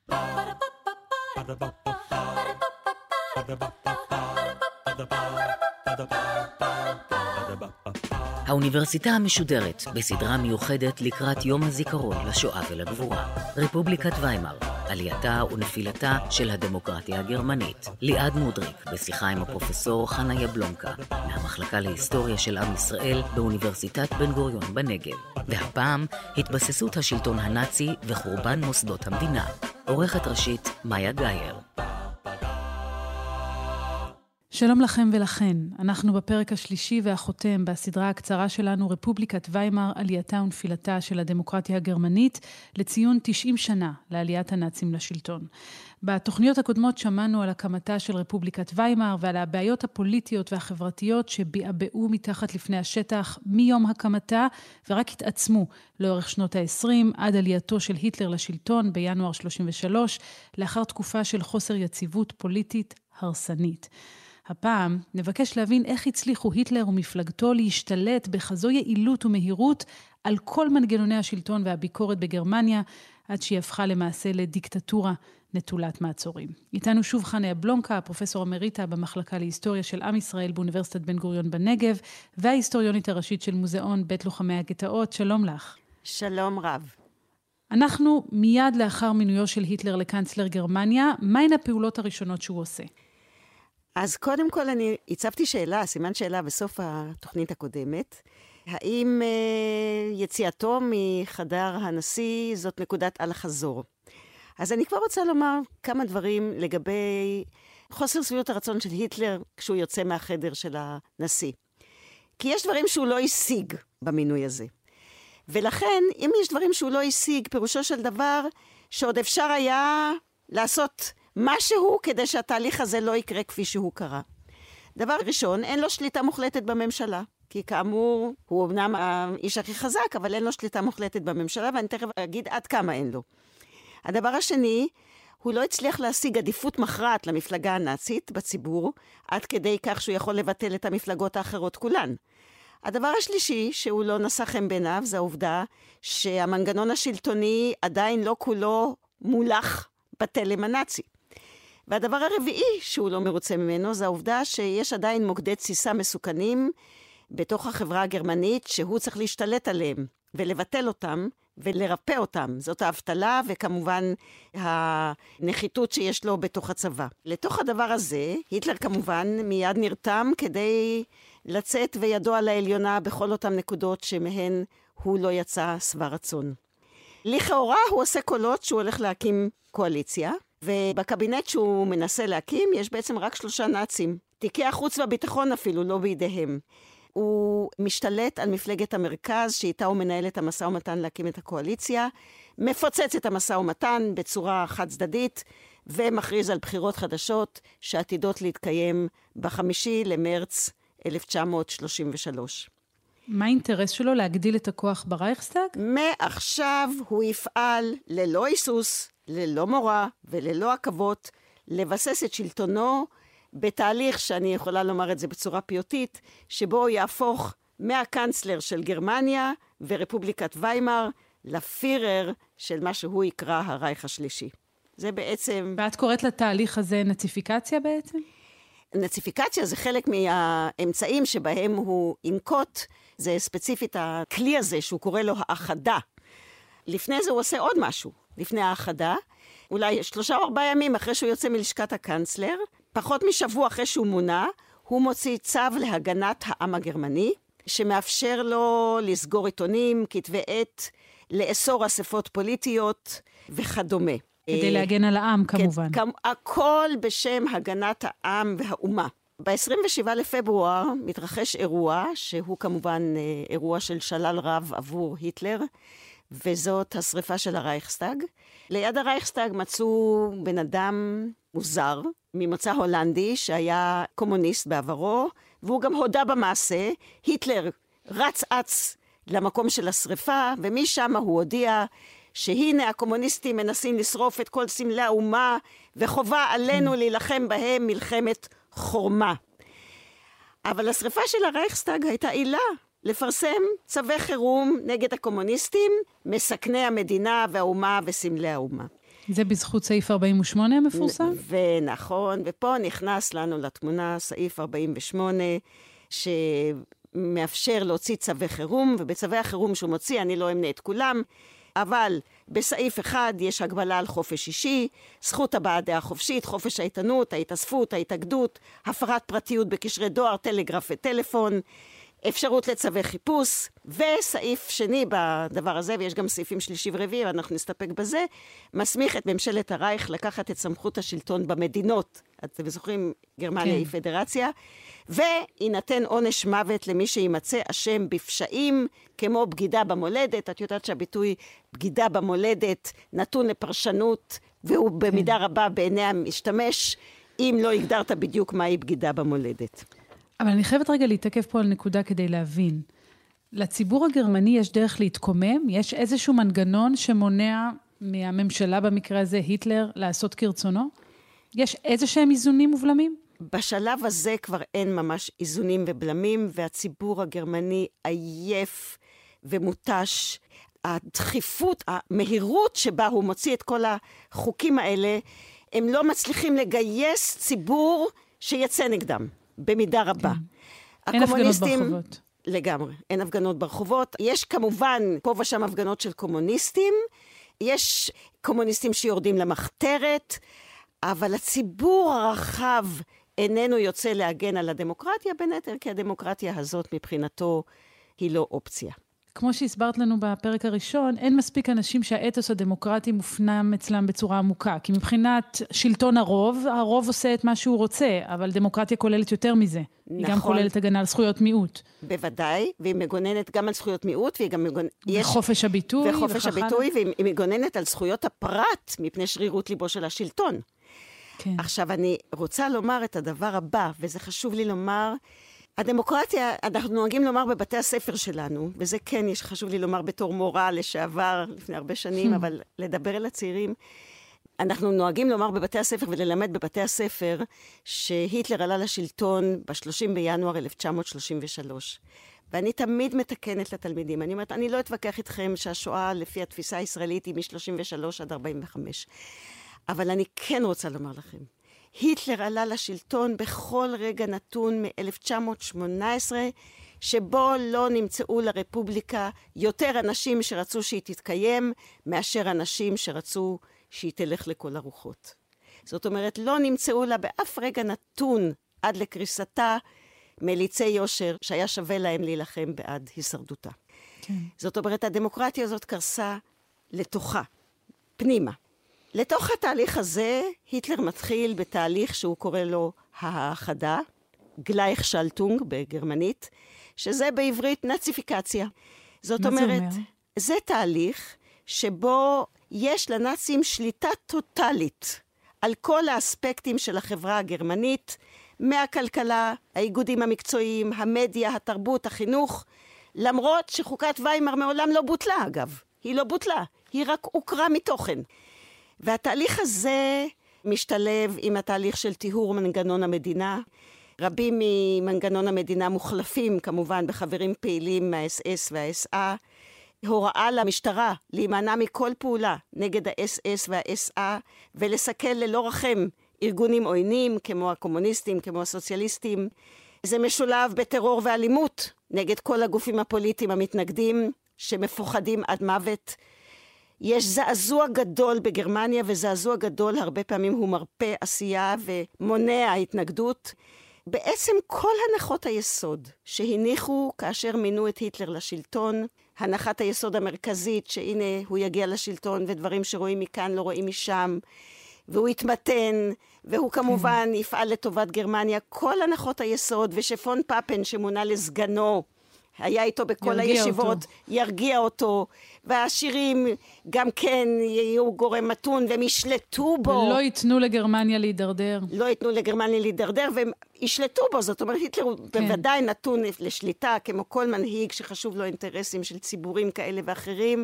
האוניברסיטה המשודרת בסדרה מיוחדת לקראת יום הזיכרון לשואה ולגבורה. רפובליקת ויימאר, עלייתה ונפילתה של הדמוקרטיה הגרמנית. ליעד מודריק בשיחה עם הפרופסור חנה יבלונקה מהמחלקה להיסטוריה של עם ישראל באוניברסיטת בן גוריון בנגב. והפעם התבססות השלטון הנאצי וחורבן מוסדות המדינה. עורכת ראשית מאיה גייר. שלום לכם ולכן, אנחנו בפרק השלישי והחותם בסדרה הקצרה שלנו רפובליקת ויימאר, עלייתה ונפילתה של הדמוקרטיה הגרמנית, לציון 90 שנה לעליית הנאצים לשלטון. בתוכניות הקודמות שמענו על הקמתה של רפובליקת ויימאר ועל הבעיות הפוליטיות והחברתיות שביעבעו מתחת לפני השטח מיום הקמתה ורק התעצמו לאורך שנות ה-20 עד עלייתו של היטלר לשלטון בינואר 33, לאחר תקופה של חוסר יציבות פוליטית הרסנית. הפעם נבקש להבין איך הצליחו היטלר ומפלגתו להשתלט בכזו יעילות ומהירות על כל מנגנוני השלטון והביקורת בגרמניה, עד שהיא הפכה למעשה לדיקטטורה נטולת מעצורים. איתנו שוב חנה יבלונקה, פרופסור אמריטה במחלקה להיסטוריה של עם ישראל באוניברסיטת בן גוריון בנגב, וההיסטוריונית הראשית של מוזיאון בית לוחמי הגטאות. שלום לך. שלום רב. אנחנו מיד לאחר מינויו של היטלר לקנצלר גרמניה, מהן הפעולות הראשונות שהוא עושה? אז קודם כל אני הצבתי שאלה, סימן שאלה בסוף התוכנית הקודמת. האם יציאתו מחדר הנשיא זאת נקודת על החזור? אז אני כבר רוצה לומר כמה דברים לגבי חוסר שביעות הרצון של היטלר כשהוא יוצא מהחדר של הנשיא. כי יש דברים שהוא לא השיג במינוי הזה. ולכן, אם יש דברים שהוא לא השיג, פירושו של דבר שעוד אפשר היה לעשות משהו כדי שהתהליך הזה לא יקרה כפי שהוא קרה. דבר ראשון, אין לו שליטה מוחלטת בממשלה. כי כאמור, הוא אמנם האיש הכי חזק, אבל אין לו שליטה מוחלטת בממשלה, ואני תכף אגיד עד כמה אין לו. הדבר השני, הוא לא הצליח להשיג עדיפות מכרעת למפלגה הנאצית בציבור, עד כדי כך שהוא יכול לבטל את המפלגות האחרות כולן. הדבר השלישי, שהוא לא נשא חן בעיניו, זה העובדה שהמנגנון השלטוני עדיין לא כולו מולח בתלם הנאצי. והדבר הרביעי שהוא לא מרוצה ממנו, זה העובדה שיש עדיין מוקדי תסיסה מסוכנים בתוך החברה הגרמנית, שהוא צריך להשתלט עליהם ולבטל אותם ולרפא אותם. זאת האבטלה וכמובן הנחיתות שיש לו בתוך הצבא. לתוך הדבר הזה, היטלר כמובן מיד נרתם כדי לצאת וידו על העליונה בכל אותם נקודות שמהן הוא לא יצא שבע רצון. לכאורה הוא עושה קולות שהוא הולך להקים קואליציה, ובקבינט שהוא מנסה להקים יש בעצם רק 3 נאצים. תיקי החוץ והביטחון אפילו לא בידיהם. הוא משתלט על מפלגת המרכז שאיתה הוא מנהל את המשא ומתן להקים את הקואליציה, מפוצץ את המשא ומתן בצורה חד צדדית, ומכריז על בחירות חדשות שעתידות להתקיים ב5 למרץ 1933. מה האינטרס שלו? להגדיל את הכוח ברייכסטאג? מעכשיו הוא יפעל ללא היסוס, ללא מורא וללא עכבות, לבסס את שלטונו בתהליך שאני יכולה לומר את זה בצורה פיוטית, שבו הוא יהפוך מהקנצלר של גרמניה ורפובליקת ויימאר לפירר של מה שהוא יקרא הרייך השלישי. זה בעצם... ואת קוראת לתהליך הזה נציפיקציה בעצם? נציפיקציה זה חלק מהאמצעים שבהם הוא ינקוט, זה ספציפית הכלי הזה שהוא קורא לו האחדה. לפני זה הוא עושה עוד משהו, לפני האחדה, אולי 3 או 4 ימים אחרי שהוא יוצא מלשכת הקנצלר, פחות משבוע אחרי שהוא מונה, הוא מוציא צו להגנת העם הגרמני, שמאפשר לו לסגור עיתונים, כתבי עת, לאסור אספות פוליטיות וכדומה. כדי להגן על העם כמובן. הכל בשם הגנת העם והאומה. ב-27 לפברואר מתרחש אירוע, שהוא כמובן אירוע של שלל רב עבור היטלר, וזאת השריפה של הרייכסטאג. ליד הרייכסטאג מצאו בן אדם מוזר, ממוצא הולנדי, שהיה קומוניסט בעברו, והוא גם הודה במעשה. היטלר רץ למקום של השריפה, ומשם הוא הודיע שהנה הקומוניסטים מנסים לשרוף את כל סמלי האומה, וחובה עלינו להילחם בהם מלחמת חורמה. אבל השריפה של הרייכסטאג הייתה עילה לפרסם צווי חירום נגד הקומוניסטים, מסכני המדינה והאומה וסמלי האומה. זה בזכות סעיף 48 המפורסם? ונכון, ופה נכנס לנו לתמונה סעיף 48, שמאפשר להוציא צווי חירום, ובצווי החירום שהוא מוציא, אני לא אמנה את כולם, אבל בסעיף אחד יש הגבלה על חופש אישי, זכות הבעת דעה חופשית, חופש העיתונות, ההתאספות, ההתאגדות, הפרת פרטיות בקשרי דואר, טלגרף וטלפון, אפשרות לצווי חיפוש, וסעיף שני בדבר הזה, ויש גם סעיפים שלישי ורביעי, ואנחנו נסתפק בזה, מסמיך את ממשלת הרייך לקחת את סמכות השלטון במדינות. אתם זוכרים, גרמניה היא פדרציה, ויינתן עונש מוות למי שימצא אשם בפשעים, כמו בגידה במולדת. את יודעת שהביטוי בגידה במולדת נתון לפרשנות, והוא במידה רבה בעיני המשתמש, אם לא הגדרת בדיוק מהי בגידה במולדת. אבל אני חייבת רגע להתעכב פה על נקודה כדי להבין. לציבור הגרמני יש דרך להתקומם? יש איזשהו מנגנון שמונע מהממשלה, במקרה הזה היטלר, לעשות כרצונו? יש איזשהם איזונים ובלמים? בשלב הזה כבר אין ממש איזונים ובלמים, והציבור הגרמני עייף ומוטש. הדחיפות, המהירות שבה הוא מוציא את כל החוקים האלה, הם לא מצליחים לגייס ציבור שיצא נגדם. במידה רבה. אין הפגנות ברחובות. לגמרי, אין הפגנות ברחובות. יש כמובן פה ושם הפגנות של קומוניסטים, יש קומוניסטים שיורדים למחתרת, אבל הציבור הרחב איננו יוצא להגן על הדמוקרטיה, בין היתר כי הדמוקרטיה הזאת מבחינתו היא לא אופציה. כמו שהסברת לנו בפרק הראשון, אין מספיק אנשים שהאתוס הדמוקרטי מופנם אצלם בצורה עמוקה, כי מבחינת שלטון הרוב עושה את מה שהוא רוצה, אבל דמוקרטיה כוללת יותר מזה. נכון. היא גם כוללת הגנה על זכויות מיעוט. בוודאי, והיא מגוננת גם על זכויות מיעוט, והיא גם וחופש הביטוי. וחופש הביטוי, והיא מגוננת על זכויות הפרט, מפני שרירות ליבו של השלטון. כן. עכשיו, אני רוצה לומר את הדבר הבא, וזה חשוב לי לומר, הדמוקרטיה, אנחנו נוהגים לומר בבתי הספר שלנו, וזה כן, חשוב לי לומר בתור מורה לשעבר לפני הרבה שנים, אבל לדבר אל הצעירים, אנחנו נוהגים לומר בבתי הספר וללמד בבתי הספר, שהיטלר עלה לשלטון ב-30 בינואר 1933. ואני תמיד מתקנת לתלמידים. אני אומרת, אני לא אתווכח איתכם שהשואה לפי התפיסה הישראלית היא מ-33 עד 45. אבל אני כן רוצה לומר לכם, היטלר עלה לשלטון בכל רגע נתון מ-1918, שבו לא נמצאו לרפובליקה יותר אנשים שרצו שהיא תתקיים, מאשר אנשים שרצו שהיא תלך לכל הרוחות. זאת אומרת, לא נמצאו לה באף רגע נתון עד לקריסתה מליצי יושר, שהיה שווה להם להילחם בעד הישרדותה. כן. זאת אומרת, הדמוקרטיה הזאת קרסה לתוכה, פנימה. לתוך התהליך הזה, היטלר מתחיל בתהליך שהוא קורא לו ההאחדה, גלייכשלטונג בגרמנית, שזה בעברית נאציפיקציה. זאת אומרת, זה תהליך שבו יש לנאצים שליטה טוטלית על כל האספקטים של החברה הגרמנית, מהכלכלה, האיגודים המקצועיים, המדיה, התרבות, החינוך, למרות שחוקת ויימר מעולם לא בוטלה, אגב. היא לא בוטלה, היא רק הוקרה מתוכן. והתהליך הזה משתלב עם התהליך של טיהור מנגנון המדינה. רבים ממנגנון המדינה מוחלפים כמובן בחברים פעילים מה-SS וה-SA. הוראה למשטרה להימנע מכל פעולה נגד ה-SS וה-SA ולסכל ללא רחם ארגונים עוינים כמו הקומוניסטים, כמו הסוציאליסטים. זה משולב בטרור ואלימות נגד כל הגופים הפוליטיים המתנגדים שמפוחדים עד מוות. יש זעזוע גדול בגרמניה, וזעזוע גדול הרבה פעמים הוא מרפא עשייה ומונע התנגדות. בעצם כל הנחות היסוד שהניחו כאשר מינו את היטלר לשלטון, הנחת היסוד המרכזית שהנה הוא יגיע לשלטון ודברים שרואים מכאן לא רואים משם, והוא יתמתן, והוא כמובן יפעל לטובת גרמניה, כל הנחות היסוד, ושפון פאפן שמונה לסגנו, היה איתו בכל הישיבות, ירגיע אותו, והעשירים גם כן יהיו גורם מתון, והם ישלטו בו. לא ייתנו לגרמניה להידרדר. לא ייתנו לגרמניה להידרדר, והם ישלטו בו. זאת אומרת, היטלר הוא בוודאי נתון לשליטה, כמו כל מנהיג שחשוב לו אינטרסים של ציבורים כאלה ואחרים.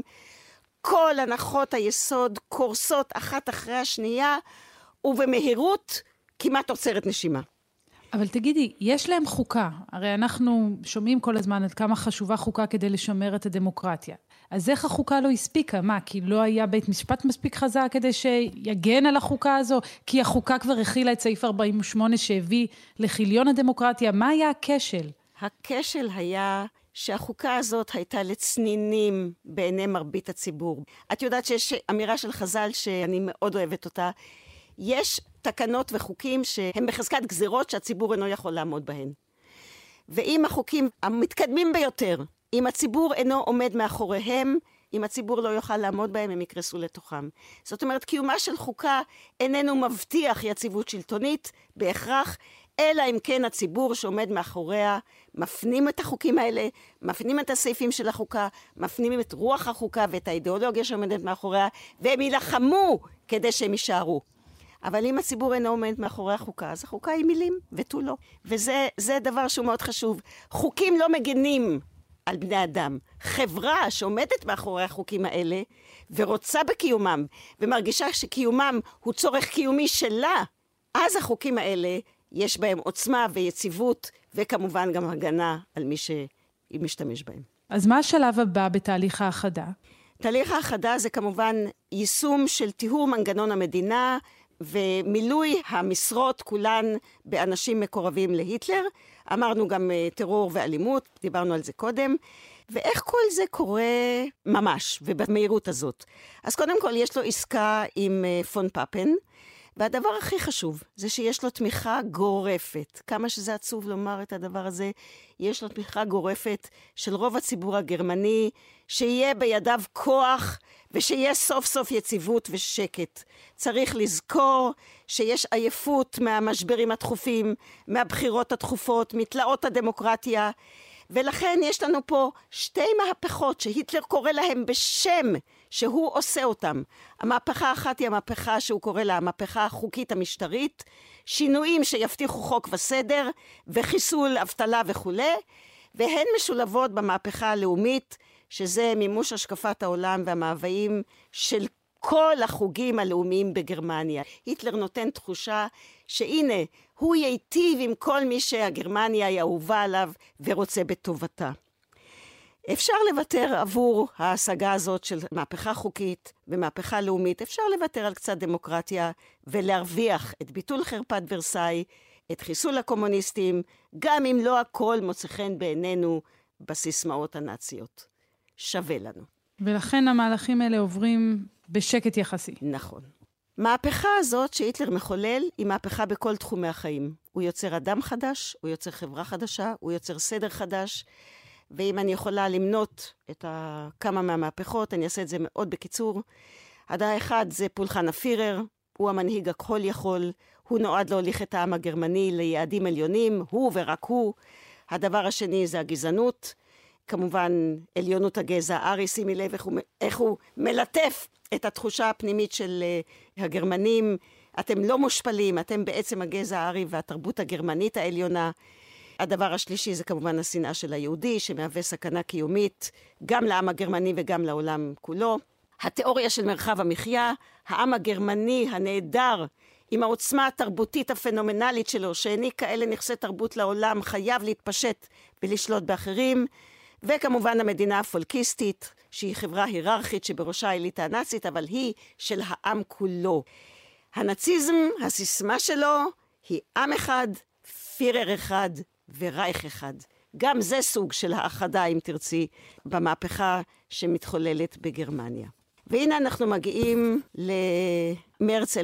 כל הנחות היסוד קורסות אחת אחרי השנייה, ובמהירות כמעט עוצרת נשימה. אבל תגידי, יש להם חוקה. הרי אנחנו שומעים כל הזמן עד כמה חשובה חוקה כדי לשמר את הדמוקרטיה. אז איך החוקה לא הספיקה? מה, כי לא היה בית משפט מספיק חזק כדי שיגן על החוקה הזו? כי החוקה כבר הכילה את סעיף 48 שהביא לחיליון הדמוקרטיה. מה היה הכשל? הכשל היה שהחוקה הזאת הייתה לצנינים בעיני מרבית הציבור. את יודעת שיש אמירה של חז"ל שאני מאוד אוהבת אותה. יש תקנות וחוקים שהם בחזקת גזירות שהציבור אינו יכול לעמוד בהן. ואם החוקים המתקדמים ביותר, אם הציבור אינו עומד מאחוריהם, אם הציבור לא יוכל לעמוד בהם, הם יקרסו לתוכם. זאת אומרת, קיומה של חוקה איננו מבטיח יציבות שלטונית בהכרח, אלא אם כן הציבור שעומד מאחוריה מפנים את החוקים האלה, מפנים את הסעיפים של החוקה, מפנים את רוח החוקה ואת האידיאולוגיה שעומדת מאחוריה, והם ילחמו כדי שהם יישארו. אבל אם הציבור אינו עומד מאחורי החוקה, אז החוקה היא מילים ותו לא. וזה דבר שהוא מאוד חשוב. חוקים לא מגנים על בני אדם. חברה שעומדת מאחורי החוקים האלה ורוצה בקיומם, ומרגישה שקיומם הוא צורך קיומי שלה, אז החוקים האלה יש בהם עוצמה ויציבות, וכמובן גם הגנה על מי שמשתמש בהם. אז מה השלב הבא בתהליך האחדה? תהליך האחדה זה כמובן יישום של טיהור מנגנון המדינה, ומילוי המשרות כולן באנשים מקורבים להיטלר. אמרנו גם טרור ואלימות, דיברנו על זה קודם. ואיך כל זה קורה ממש ובמהירות הזאת? אז קודם כל יש לו עסקה עם פון פאפן, והדבר הכי חשוב זה שיש לו תמיכה גורפת. כמה שזה עצוב לומר את הדבר הזה, יש לו תמיכה גורפת של רוב הציבור הגרמני, שיהיה בידיו כוח ושיהיה סוף סוף יציבות ושקט. צריך לזכור שיש עייפות מהמשברים התכופים, מהבחירות התכופות, מתלאות הדמוקרטיה, ולכן יש לנו פה שתי מהפכות שהיטלר קורא להם בשם שהוא עושה אותם. המהפכה האחת היא המהפכה שהוא קורא לה המהפכה החוקית המשטרית, שינויים שיבטיחו חוק וסדר וחיסול אבטלה וכו', והן משולבות במהפכה הלאומית, שזה מימוש השקפת העולם והמאוויים של כל החוגים הלאומיים בגרמניה. היטלר נותן תחושה שהנה, הוא ייטיב עם כל מי שהגרמניה היא אהובה עליו ורוצה בטובתה. אפשר לוותר עבור ההשגה הזאת של מהפכה חוקית ומהפכה לאומית, אפשר לוותר על קצת דמוקרטיה ולהרוויח את ביטול חרפת ורסאי, את חיסול הקומוניסטים, גם אם לא הכל מוצא חן בעינינו בסיסמאות הנאציות. שווה לנו. ולכן המהלכים האלה עוברים בשקט יחסי. נכון. מהפכה הזאת שהיטלר מחולל היא מהפכה בכל תחומי החיים. הוא יוצר אדם חדש, הוא יוצר חברה חדשה, הוא יוצר סדר חדש, ואם אני יכולה למנות את כמה מהמהפכות, אני אעשה את זה מאוד בקיצור. האחד זה פולחן הפירר, הוא המנהיג הכל יכול, הוא נועד להוליך את העם הגרמני ליעדים עליונים, הוא ורק הוא. הדבר השני זה הגזענות, כמובן עליונות הגזע הארי, שימי לב איך הוא מלטף את התחושה הפנימית של הגרמנים, אתם לא מושפלים, אתם בעצם הגזע הארי והתרבות הגרמנית העליונה. הדבר השלישי זה כמובן השנאה של היהודי, שמהווה סכנה קיומית, גם לעם הגרמני וגם לעולם כולו. התיאוריה של מרחב המחיה, העם הגרמני הנהדר, עם העוצמה התרבותית הפנומנלית שלו, שהעניק כאלה נכסי תרבות לעולם, חייב להתפשט ולשלוט באחרים. וכמובן המדינה הפולקיסטית, שהיא חברה היררכית שבראשה האליטה הנאצית, אבל היא של העם כולו. הנאציזם, הסיסמה שלו, היא עם אחד, פירר אחד ורייך אחד. גם זה סוג של האחדה, אם תרצי, במהפכה שמתחוללת בגרמניה. והנה אנחנו מגיעים למרץ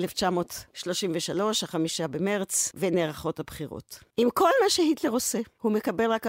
1933, 5 במרץ, ונערכות הבחירות. עם כל מה שהיטלר עושה, הוא מקבל רק 44%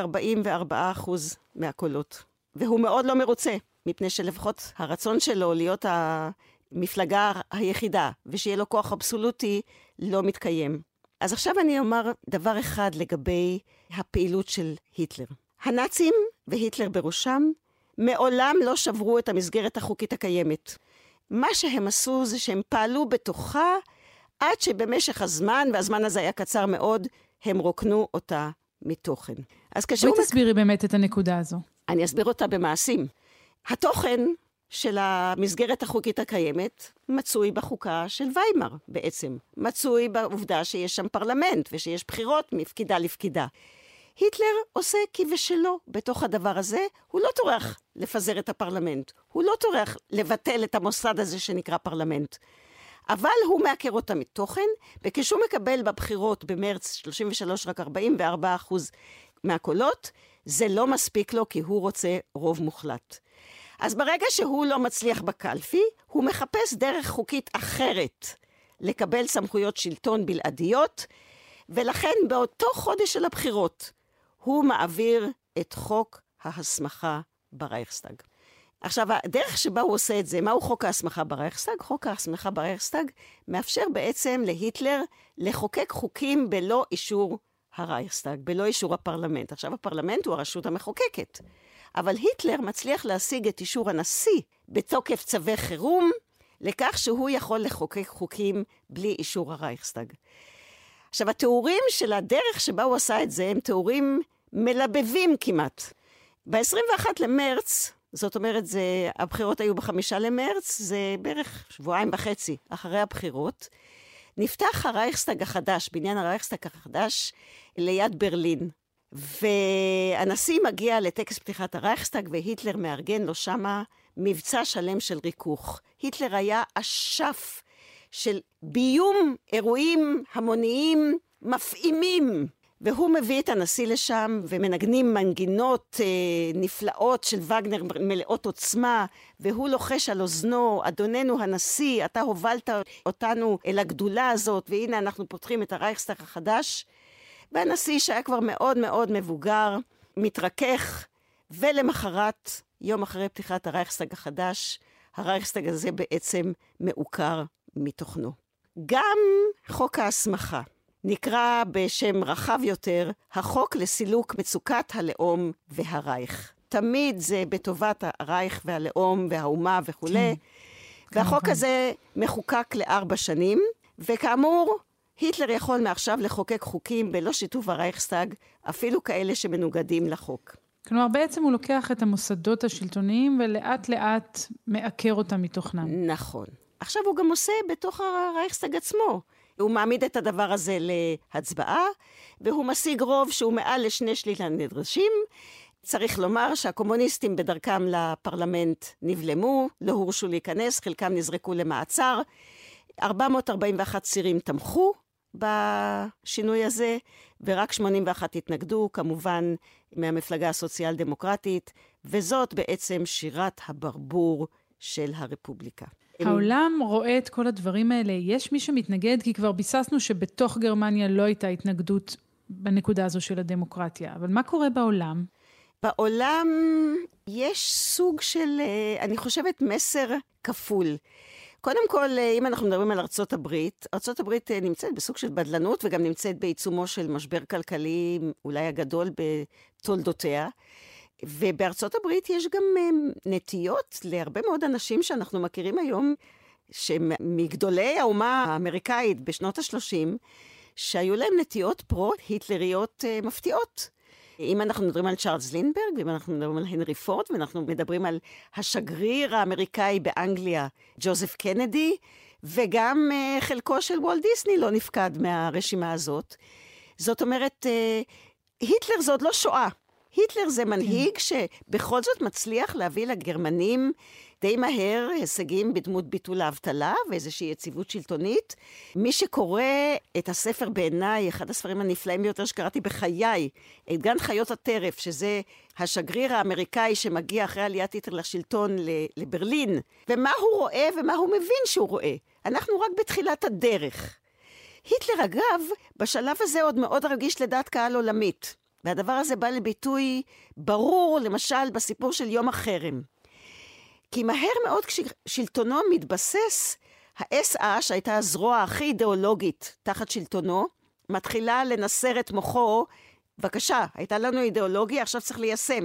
מהקולות. והוא מאוד לא מרוצה, מפני שלפחות הרצון שלו להיות המפלגה היחידה, ושיהיה לו כוח אבסולוטי, לא מתקיים. אז עכשיו אני אומר דבר אחד לגבי הפעילות של היטלר. הנאצים, והיטלר בראשם, מעולם לא שברו את המסגרת החוקית הקיימת. מה שהם עשו זה שהם פעלו בתוכה, עד שבמשך הזמן, והזמן הזה היה קצר מאוד, הם רוקנו אותה מתוכן. אז בואי תסבירי באמת את הנקודה הזו. אני אסביר אותה במעשים. התוכן של המסגרת החוקית הקיימת מצוי בחוקה של ויימר בעצם. מצוי בעובדה שיש שם פרלמנט ושיש בחירות מפקידה לפקידה. היטלר עושה כבשלו בתוך הדבר הזה, הוא לא טורח לפזר את הפרלמנט, הוא לא טורח לבטל את המוסד הזה שנקרא פרלמנט. אבל הוא מעקר אותה מתוכן, וכשהוא מקבל בבחירות במרץ 33 רק 44% מהקולות, זה לא מספיק לו כי הוא רוצה רוב מוחלט. אז ברגע שהוא לא מצליח בקלפי, הוא מחפש דרך חוקית אחרת לקבל סמכויות שלטון בלעדיות, ולכן באותו חודש של הבחירות הוא מעביר את חוק ההסמכה ברייכסטאג. עכשיו, הדרך שבה הוא עושה את זה, מהו חוק ההסמכה ברייכסטאג? חוק ההסמכה ברייכסטאג מאפשר בעצם להיטלר לחוקק חוקים בלא אישור הרייכסטאג, בלא אישור הפרלמנט. עכשיו, הפרלמנט הוא הרשות המחוקקת, אבל היטלר מצליח להשיג את אישור הנשיא בתוקף צווי חירום, לכך שהוא יכול לחוקק חוקים בלי אישור הרייכסטאג. עכשיו, התיאורים של הדרך שבה הוא עשה את זה, הם תיאורים מלבבים כמעט. ב-21 למרץ, זאת אומרת, הבחירות היו ב5 למרץ, זה בערך 2.5 שבועות אחרי הבחירות, נפתח הרייכסטאג החדש, בניין הרייכסטאג החדש, ליד ברלין. והנשיא מגיע לטקס פתיחת הרייכסטאג, והיטלר מארגן לו שמה מבצע שלם של ריכוך. היטלר היה אשף של ביום אירועים המוניים מפעימים, והוא מביא את הנשיא לשם, ומנגנים מנגינות נפלאות של וגנר מלאות עוצמה, והוא לוחש על אוזנו, אדוננו הנשיא, אתה הובלת אותנו אל הגדולה הזאת, והנה אנחנו פותחים את הרייכסטאג החדש, והנשיא שהיה כבר מאוד מאוד מבוגר, מתרכך, ולמחרת, יום אחרי פתיחת הרייכסטאג החדש, הרייכסטאג הזה בעצם מעוקר מתוכנו. גם חוק ההסמכה נקרא בשם רחב יותר, החוק לסילוק מצוקת הלאום והרייך. תמיד זה בטובת הרייך והלאום והאומה וכו'. והחוק הזה מחוקק ל4 שנים, וכאמור, היטלר יכול מעכשיו לחוקק חוקים בלא שיתוף הרייכסטאג, אפילו כאלה שמנוגדים לחוק. כלומר, בעצם הוא לוקח את המוסדות השלטוניים ולאט לאט מעקר אותם מתוכנם. נכון. עכשיו הוא גם עושה בתוך הרייכסטאג עצמו. הוא מעמיד את הדבר הזה להצבעה, והוא משיג רוב שהוא מעל ל2/3 הנדרשים. צריך לומר שהקומוניסטים בדרכם לפרלמנט נבלמו, לא הורשו להיכנס, חלקם נזרקו למעצר. 441 צירים תמכו בשינוי הזה, ורק 81 התנגדו, כמובן מהמפלגה הסוציאל דמוקרטית, וזאת בעצם שירת הברבור של הרפובליקה. העולם רואה את כל הדברים האלה. יש מי שמתנגד, כי כבר ביססנו שבתוך גרמניה לא הייתה התנגדות בנקודה הזו של הדמוקרטיה. אבל מה קורה בעולם? בעולם יש סוג של, אני חושבת, מסר כפול. קודם כל, אם אנחנו מדברים על ארצות הברית, ארצות הברית נמצאת בסוג של בדלנות, וגם נמצאת בעיצומו של משבר כלכלי, אולי הגדול בתולדותיה. ובארצות הברית יש גם נטיות להרבה מאוד אנשים שאנחנו מכירים היום, שמגדולי האומה האמריקאית בשנות ה-30, שהיו להם נטיות פרו-היטלריות מפתיעות. אם אנחנו מדברים על צ'ארלס לינדברג, ואם אנחנו מדברים על הנרי פורד, ואנחנו מדברים על השגריר האמריקאי באנגליה, ג'וזף קנדי, וגם חלקו של וולט דיסני לא נפקד מהרשימה הזאת. זאת אומרת, היטלר זה עוד לא שואה. היטלר זה מנהיג שבכל זאת מצליח להביא לגרמנים די מהר הישגים בדמות ביטול האבטלה ואיזושהי יציבות שלטונית. מי שקורא את הספר בעיניי, אחד הספרים הנפלאים ביותר שקראתי בחיי, את גן חיות הטרף, שזה השגריר האמריקאי שמגיע אחרי עליית היטלר לשלטון לברלין, ומה הוא רואה ומה הוא מבין שהוא רואה. אנחנו רק בתחילת הדרך. היטלר אגב, בשלב הזה עוד מאוד רגיש לדעת קהל עולמית. והדבר הזה בא לביטוי ברור, למשל, בסיפור של יום החרם. כי מהר מאוד כששלטונו מתבסס, ה-SA, שהייתה הזרוע הכי אידיאולוגית תחת שלטונו, מתחילה לנסר את מוחו, בבקשה, הייתה לנו אידיאולוגיה, עכשיו צריך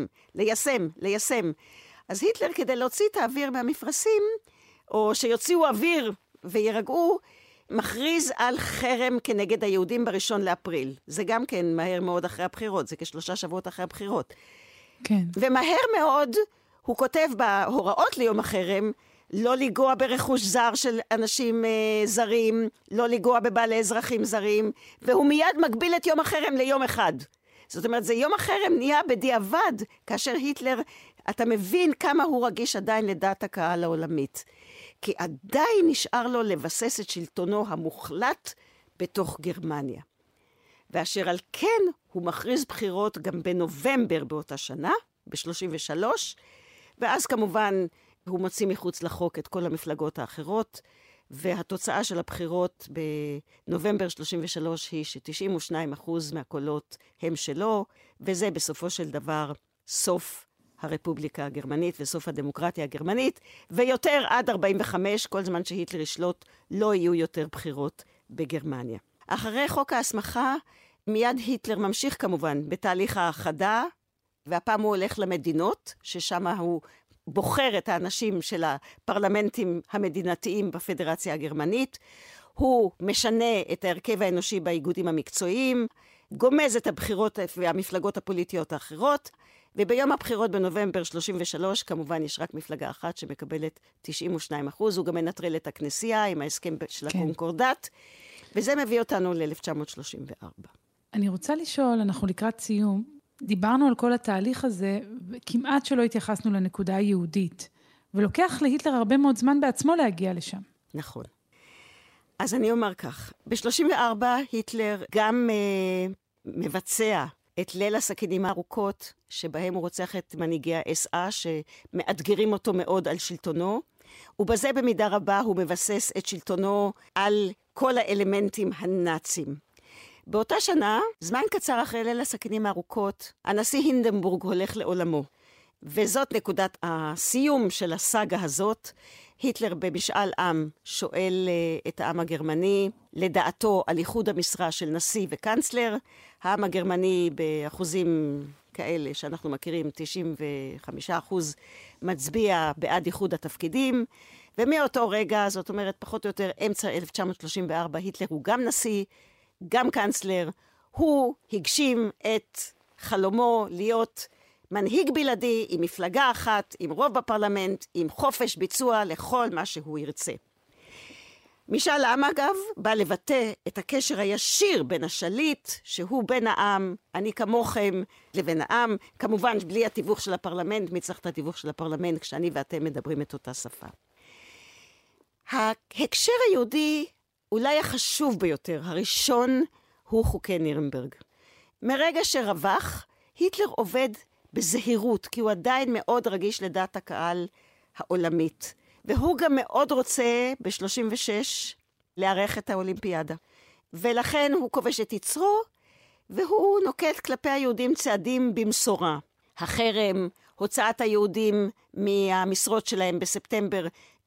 ליישם. אז היטלר, כדי להוציא את האוויר מהמפרשים, או שיוציאו אוויר וירגעו, מכריז על חרם כנגד היהודים ב1 לאפריל. זה גם כן מהר מאוד אחרי הבחירות, זה כ3 שבועות אחרי הבחירות. כן. ומהר מאוד הוא כותב בהוראות ליום החרם, לא לגוע ברכוש זר של אנשים זרים, לא לגוע בבעלי אזרחים זרים, והוא מיד מגביל את יום החרם ליום אחד. זאת אומרת, זה יום החרם נהיה בדיעבד, כאשר היטלר, אתה מבין כמה הוא רגיש עדיין לדעת הקהל העולמית. כי עדיין נשאר לו לבסס את שלטונו המוחלט בתוך גרמניה. ואשר על כן הוא מכריז בחירות גם בנובמבר באותה שנה, ב-33, ואז כמובן הוא מוציא מחוץ לחוק את כל המפלגות האחרות, והתוצאה של הבחירות בנובמבר 33 היא ש92% מהקולות הם שלו, וזה בסופו של דבר סוף הרפובליקה הגרמנית וסוף הדמוקרטיה הגרמנית, ויותר עד 45, כל זמן שהיטלר ישלוט, לא יהיו יותר בחירות בגרמניה. אחרי חוק ההסמכה, מיד היטלר ממשיך כמובן בתהליך האחדה, והפעם הוא הולך למדינות, ששם הוא בוחר את האנשים של הפרלמנטים המדינתיים בפדרציה הגרמנית, הוא משנה את ההרכב האנושי באיגודים המקצועיים, גומז את הבחירות והמפלגות הפוליטיות האחרות, וביום הבחירות בנובמבר 33, כמובן יש רק מפלגה אחת שמקבלת 92%, הוא גם מנטרל את הכנסייה עם ההסכם של הקונקורדט, וזה מביא אותנו ל-1934. אני רוצה לשאול, אנחנו לקראת סיום, דיברנו על כל התהליך הזה, וכמעט שלא התייחסנו לנקודה היהודית, ולוקח להיטלר הרבה מאוד זמן בעצמו להגיע לשם. נכון. אז אני אומר כך, ב-34 היטלר גם מבצע את ליל הסכינים הארוכות, שבהם הוא רוצח את מנהיגי ה-SA, שמאתגרים אותו מאוד על שלטונו, ובזה במידה רבה הוא מבסס את שלטונו על כל האלמנטים הנאצים. באותה שנה, זמן קצר אחרי ליל הסכינים הארוכות, הנשיא הינדנבורג הולך לעולמו. וזאת נקודת הסיום של הסאגה הזאת. היטלר במשאל עם שואל את העם הגרמני לדעתו על איחוד המשרה של נשיא וקנצלר. העם הגרמני באחוזים כאלה שאנחנו מכירים, 95% מצביע בעד איחוד התפקידים. ומאותו רגע, זאת אומרת פחות או יותר אמצע 1934, היטלר הוא גם נשיא, גם קנצלר. הוא הגשים את חלומו להיות מנהיג בלעדי עם מפלגה אחת, עם רוב בפרלמנט, עם חופש ביצוע לכל מה שהוא ירצה. משאל עם אגב בא לבטא את הקשר הישיר בין השליט, שהוא בן העם, אני כמוכם, לבין העם, כמובן בלי התיווך של הפרלמנט, מי צריך את התיווך של הפרלמנט כשאני ואתם מדברים את אותה שפה. ההקשר היהודי אולי החשוב ביותר, הראשון, הוא חוקי נירנברג. מרגע שרווח, היטלר עובד בזהירות, כי הוא עדיין מאוד רגיש לדעת הקהל העולמית. והוא גם מאוד רוצה ב-36 לערך את האולימפיאדה. ולכן הוא כובש את יצרו, והוא נוקט כלפי היהודים צעדים במשורה. החרם, הוצאת היהודים מהמשרות שלהם בספטמבר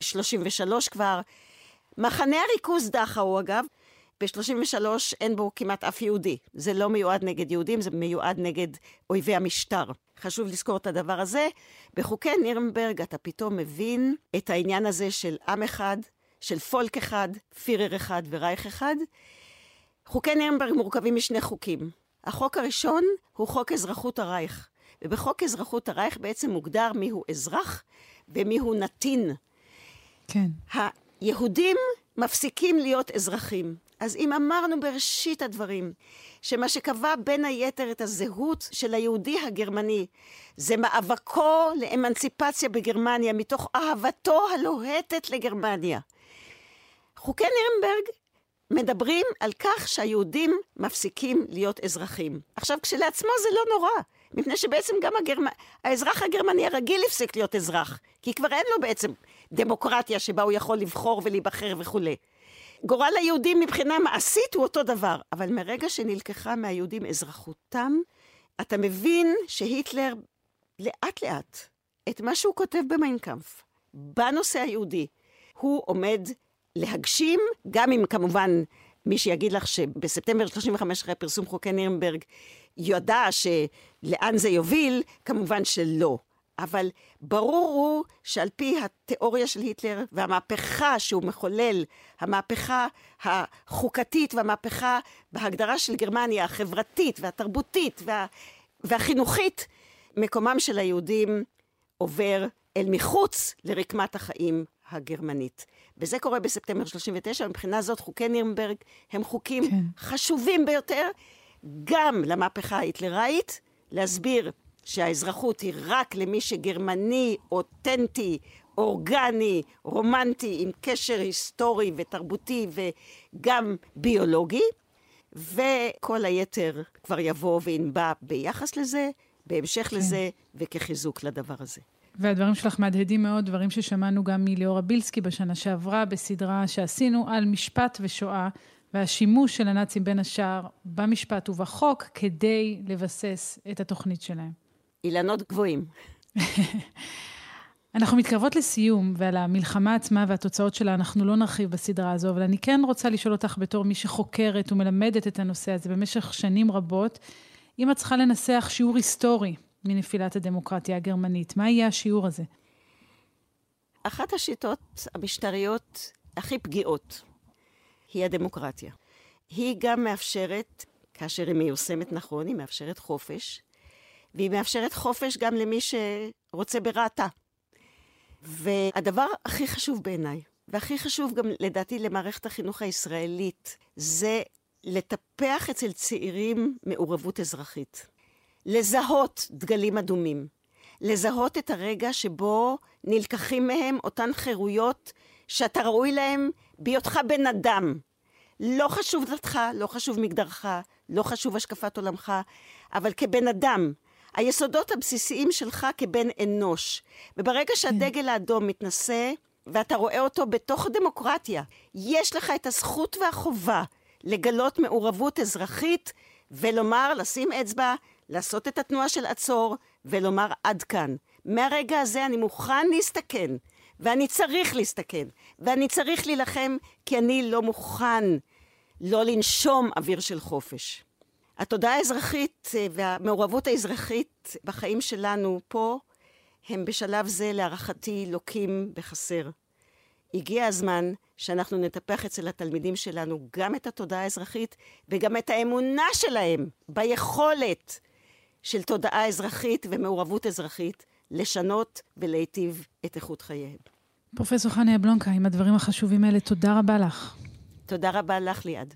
33 כבר. מחנה הריכוז דכאו אגב, ב-33 אין בו כמעט אף יהודי. זה לא מיועד נגד יהודים, זה מיועד נגד אויבי המשטר. חשוב לזכור את הדבר הזה. בחוקי נירנברג אתה פתאום מבין את העניין הזה של עם אחד, של פולק אחד, פירר אחד ורייך אחד. חוקי נירנברג מורכבים משני חוקים. החוק הראשון הוא חוק אזרחות הרייך. ובחוק אזרחות הרייך בעצם מוגדר מיהו אזרח ומיהו נתין. כן. היהודים מפסיקים להיות אזרחים. אז אם אמרנו בראשית הדברים, שמה שקבע בין היתר את הזהות של היהודי הגרמני, זה מאבקו לאמנציפציה בגרמניה, מתוך אהבתו הלוהטת לגרמניה. חוקי נירנברג מדברים על כך שהיהודים מפסיקים להיות אזרחים. עכשיו, כשלעצמו זה לא נורא, מפני שבעצם גם האזרח הגרמני הרגיל הפסיק להיות אזרח, כי כבר אין לו בעצם דמוקרטיה שבה הוא יכול לבחור ולהיבחר וכו'. גורל היהודים מבחינה מעשית הוא אותו דבר, אבל מרגע שנלקחה מהיהודים אזרחותם, אתה מבין שהיטלר לאט לאט את מה שהוא כותב במיין קאמפף, בנושא היהודי, הוא עומד להגשים, גם אם כמובן מי שיגיד לך שבספטמבר 35 אחרי פרסום חוקי נירנברג ידע שלאן זה יוביל, כמובן שלא. אבל ברור הוא שעל פי התיאוריה של היטלר והמהפכה שהוא מחולל, המהפכה החוקתית והמהפכה בהגדרה של גרמניה, החברתית והתרבותית והחינוכית, מקומם של היהודים עובר אל מחוץ לרקמת החיים הגרמנית. וזה קורה בספטמבר 39, מבחינה זאת חוקי נירנברג הם חוקים חשובים ביותר, גם למהפכה ההיטלראית, להסביר שהאזרחות היא רק למי שגרמני, אותנטי, אורגני, רומנטי, עם קשר היסטורי ותרבותי וגם ביולוגי, וכל היתר כבר יבוא וינבע ביחס לזה, בהמשך לזה וכחיזוק לדבר הזה. והדברים שלך מהדהדים מאוד, דברים ששמענו גם מליאורה בילסקי בשנה שעברה, בסדרה שעשינו על משפט ושואה, והשימוש של הנאצים בין השאר במשפט ובחוק, כדי לבסס את התוכנית שלהם. אילנות גבוהים. אנחנו מתקרבות לסיום, ועל המלחמה עצמה והתוצאות שלה אנחנו לא נרחיב בסדרה הזו, אבל אני כן רוצה לשאול אותך בתור מי שחוקרת ומלמדת את הנושא הזה במשך שנים רבות, אם את צריכה לנסח שיעור היסטורי מנפילת הדמוקרטיה הגרמנית, מה יהיה השיעור הזה? אחת השיטות המשטריות הכי פגיעות היא הדמוקרטיה. היא גם מאפשרת, כאשר היא מיושמת נכון, היא מאפשרת חופש, והיא מאפשרת חופש גם למי שרוצה ברעתה. והדבר הכי חשוב בעיניי, והכי חשוב גם לדעתי למערכת החינוך הישראלית, זה לטפח אצל צעירים מעורבות אזרחית. לזהות דגלים אדומים. לזהות את הרגע שבו נלקחים מהם אותן חירויות שאתה ראוי להם בהיותך בן אדם. לא חשוב דתך, לא חשוב מגדרך, לא חשוב השקפת עולמך, אבל כבן אדם. היסודות הבסיסיים שלך כבן אנוש. וברגע שהדגל האדום מתנשא, ואתה רואה אותו בתוך הדמוקרטיה, יש לך את הזכות והחובה לגלות מעורבות אזרחית, ולומר, לשים אצבע, לעשות את התנועה של עצור, ולומר עד כאן. מהרגע הזה אני מוכן להסתכן, ואני צריך להסתכן, ואני צריך להילחם, כי אני לא מוכן לא לנשום אוויר של חופש. התודעה האזרחית והמעורבות האזרחית בחיים שלנו פה, הם בשלב זה להערכתי לוקים בחסר. הגיע הזמן שאנחנו נטפח אצל התלמידים שלנו גם את התודעה האזרחית, וגם את האמונה שלהם ביכולת של תודעה אזרחית ומעורבות אזרחית, לשנות ולהיטיב את איכות חייהם. פרופסור חנה יבלונקה, עם הדברים החשובים האלה, תודה רבה לך. תודה רבה לך, ליעד.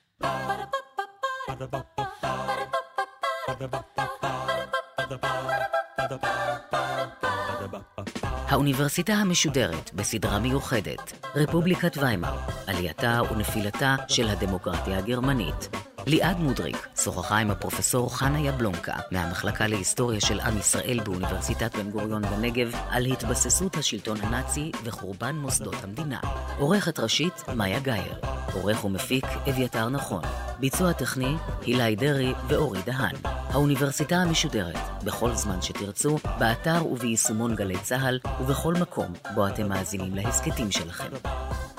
האוניברסיטה המשודרת בסדרה מיוחדת, רפובליקת ויימאר, עלייתה ונפילתה של הדמוקרטיה הגרמנית. ליעד מודריק שוחחה עם הפרופסור חנה יבלונקה מהמחלקה להיסטוריה של עם ישראל באוניברסיטת בן גוריון בנגב על התבססות השלטון הנאצי וחורבן מוסדות המדינה. עורכת ראשית מאיה גייר, עורך ומפיק אביתר נכון, ביצוע טכני הילי דרי ואורי דהן. האוניברסיטה המשודרת, בכל זמן שתרצו, באתר וביישומון גלי צהל ובכל מקום בו אתם מאזינים להסקטים שלכם.